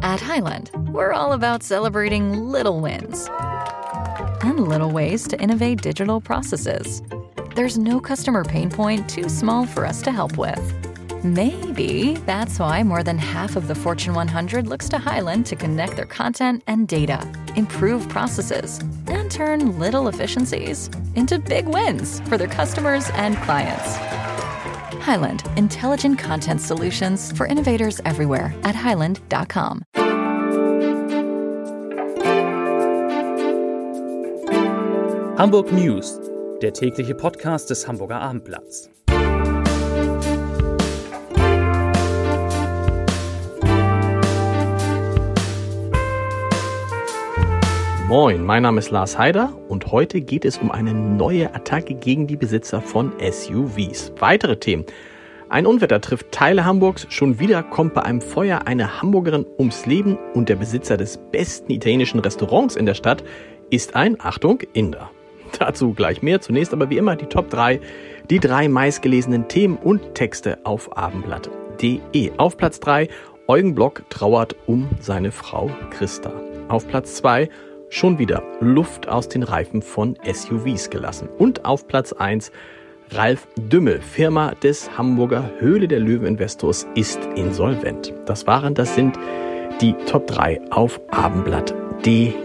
At Highland, we're all about celebrating little wins and little ways to innovate digital processes. There's no customer pain point too small for us to help with. Maybe that's why more than half of the Fortune 100 looks to Highland to connect their content and data, improve processes, and turn little efficiencies into big wins for their customers and clients. Highland, intelligent content solutions for innovators everywhere at highland.com. Hamburg News, der tägliche Podcast des Hamburger Abendblatts. Moin, mein Name ist Lars Heider und heute geht es um eine neue Attacke gegen die Besitzer von SUVs. Weitere Themen. Ein Unwetter trifft Teile Hamburgs, schon wieder kommt bei einem Feuer eine Hamburgerin ums Leben und der Besitzer des besten italienischen Restaurants in der Stadt ist ein, Achtung, Inder. Dazu gleich mehr, zunächst aber wie immer die Top 3, die 3 meistgelesenen Themen und Texte auf abendblatt.de. Auf Platz 3, Eugen Block trauert um seine Frau Christa. Auf Platz 2, schon wieder Luft aus den Reifen von SUVs gelassen. Und auf Platz 1, Ralf Dümmel, Firma des Hamburger Höhle der Löwen-Investors, ist insolvent. Das sind die Top 3 auf abendblatt.de.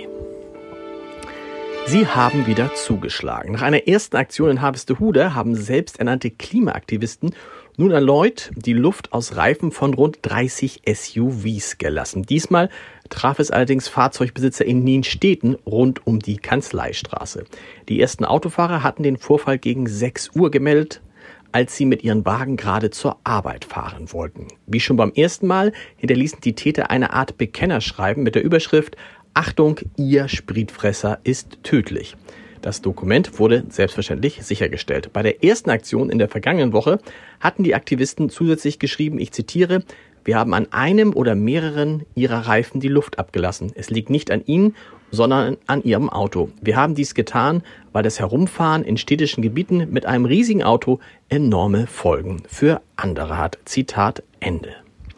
Sie haben wieder zugeschlagen. Nach einer ersten Aktion in Harvestehude haben selbsternannte Klimaaktivisten nun erneut die Luft aus Reifen von rund 30 SUVs gelassen. Diesmal traf es allerdings Fahrzeugbesitzer in Nienstädten rund um die Kanzleistraße. Die ersten Autofahrer hatten den Vorfall gegen 6 Uhr gemeldet, als sie mit ihren Wagen gerade zur Arbeit fahren wollten. Wie schon beim ersten Mal hinterließen die Täter eine Art Bekennerschreiben mit der Überschrift „Achtung, Ihr Spritfresser ist tödlich". Das Dokument wurde selbstverständlich sichergestellt. Bei der ersten Aktion in der vergangenen Woche hatten die Aktivisten zusätzlich geschrieben, ich zitiere, „Wir haben an einem oder mehreren Ihrer Reifen die Luft abgelassen. Es liegt nicht an Ihnen, sondern an Ihrem Auto. Wir haben dies getan, weil das Herumfahren in städtischen Gebieten mit einem riesigen Auto enorme Folgen für andere hat." Zitat Ende.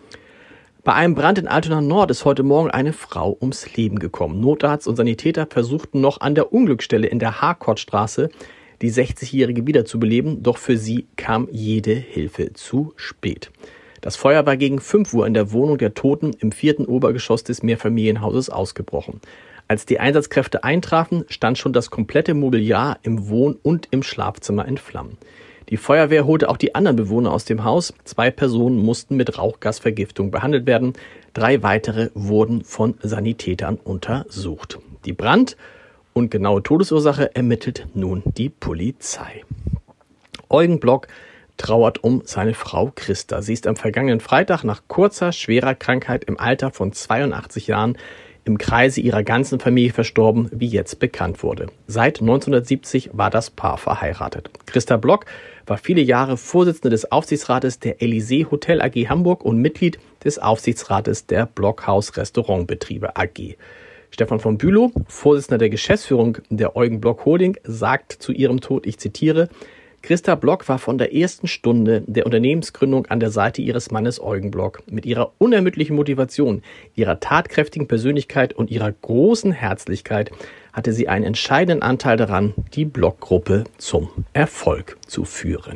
Bei einem Brand in Altona Nord ist heute Morgen eine Frau ums Leben gekommen. Notarzt und Sanitäter versuchten noch an der Unglücksstelle in der Harcourtstraße die 60-Jährige wiederzubeleben, doch für sie kam jede Hilfe zu spät. Das Feuer war gegen 5 Uhr in der Wohnung der Toten im 4. Obergeschoss des Mehrfamilienhauses ausgebrochen. Als die Einsatzkräfte eintrafen, stand schon das komplette Mobiliar im Wohn- und im Schlafzimmer in Flammen. Die Feuerwehr holte auch die anderen Bewohner aus dem Haus. 2 Personen mussten mit Rauchgasvergiftung behandelt werden. 3 weitere wurden von Sanitätern untersucht. Die Brand- und genaue Todesursache ermittelt nun die Polizei. Eugen Block trauert um seine Frau Christa. Sie ist am vergangenen Freitag nach kurzer, schwerer Krankheit im Alter von 82 Jahren im Kreise ihrer ganzen Familie verstorben, wie jetzt bekannt wurde. Seit 1970 war das Paar verheiratet. Christa Block war viele Jahre Vorsitzende des Aufsichtsrates der Elysee Hotel AG Hamburg und Mitglied des Aufsichtsrates der Blockhaus Restaurantbetriebe AG. Stefan von Bülow, Vorsitzender der Geschäftsführung der Eugen Block Holding, sagt zu ihrem Tod, ich zitiere, Christa Block war von der ersten Stunde der Unternehmensgründung an der Seite ihres Mannes Eugen Block. Mit ihrer unermüdlichen Motivation, ihrer tatkräftigen Persönlichkeit und ihrer großen Herzlichkeit hatte sie einen entscheidenden Anteil daran, die Block-Gruppe zum Erfolg zu führen.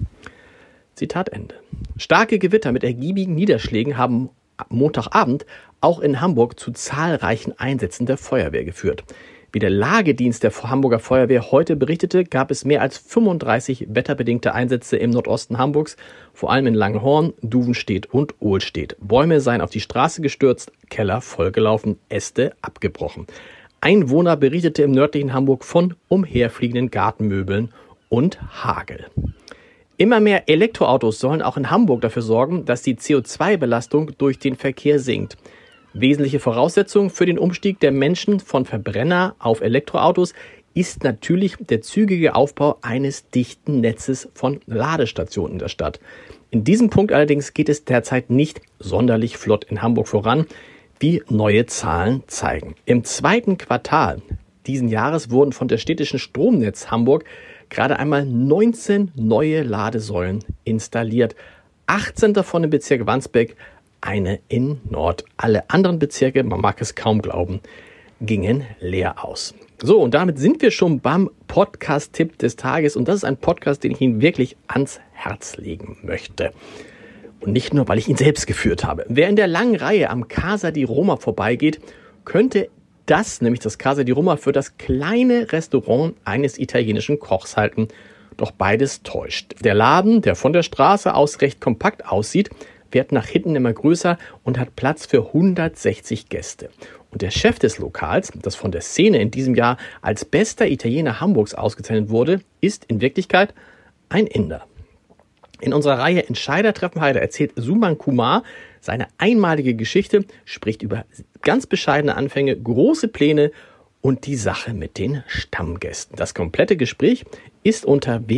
Zitat Ende. Starke Gewitter mit ergiebigen Niederschlägen haben Montagabend auch in Hamburg zu zahlreichen Einsätzen der Feuerwehr geführt. Wie der Lagedienst der Hamburger Feuerwehr heute berichtete, gab es mehr als 35 wetterbedingte Einsätze im Nordosten Hamburgs, vor allem in Langenhorn, Duvenstedt und Ohlstedt. Bäume seien auf die Straße gestürzt, Keller vollgelaufen, Äste abgebrochen. Ein Wohner berichtete im nördlichen Hamburg von umherfliegenden Gartenmöbeln und Hagel. Immer mehr Elektroautos sollen auch in Hamburg dafür sorgen, dass die CO2-Belastung durch den Verkehr sinkt. Wesentliche Voraussetzung für den Umstieg der Menschen von Verbrenner auf Elektroautos ist natürlich der zügige Aufbau eines dichten Netzes von Ladestationen in der Stadt. In diesem Punkt allerdings geht es derzeit nicht sonderlich flott in Hamburg voran, wie neue Zahlen zeigen. Im 2. Quartal diesen Jahres wurden von der städtischen Stromnetz Hamburg gerade einmal 19 neue Ladesäulen installiert. 18 davon im Bezirk Wandsbek, eine in Nord. Alle anderen Bezirke, man mag es kaum glauben, gingen leer aus. So, und damit sind wir schon beim Podcast-Tipp des Tages. Und das ist ein Podcast, den ich Ihnen wirklich ans Herz legen möchte. Und nicht nur, weil ich ihn selbst geführt habe. Wer in der langen Reihe am Casa di Roma vorbeigeht, könnte nämlich das Casa di Roma, für das kleine Restaurant eines italienischen Kochs halten. Doch beides täuscht. Der Laden, der von der Straße aus recht kompakt aussieht, wird nach hinten immer größer und hat Platz für 160 Gäste. Und der Chef des Lokals, das von der Szene in diesem Jahr als bester Italiener Hamburgs ausgezeichnet wurde, ist in Wirklichkeit ein Inder. In unserer Reihe Entscheider-Treffen Heider erzählt Suman Kumar seine einmalige Geschichte, spricht über ganz bescheidene Anfänge, große Pläne und die Sache mit den Stammgästen. Das komplette Gespräch ist unter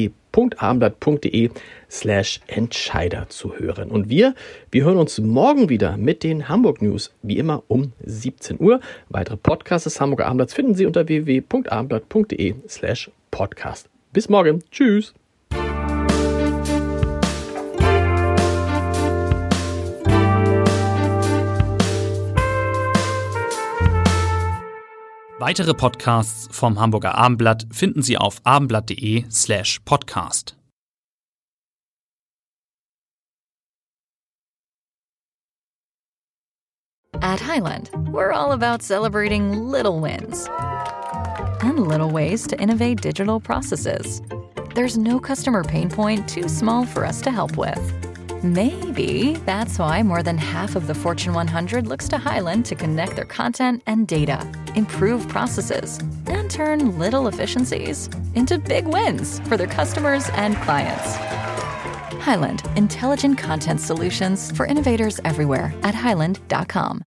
www.abendblatt.de/Entscheider zu hören. Und wir hören uns morgen wieder mit den Hamburg News, wie immer um 17 Uhr. Weitere Podcasts des Hamburger Abendblatts finden Sie unter www.abendblatt.de/Podcast. Bis morgen. Tschüss. Weitere Podcasts vom Hamburger Abendblatt finden Sie auf abendblatt.de/podcast. At Highland, we're all about celebrating little wins and little ways to innovate digital processes. There's no customer pain point too small for us to help with. Maybe that's why more than half of the Fortune 100 looks to Highland to connect their content and data, improve processes, and turn little efficiencies into big wins for their customers and clients. Highland, intelligent content solutions for innovators everywhere at highland.com.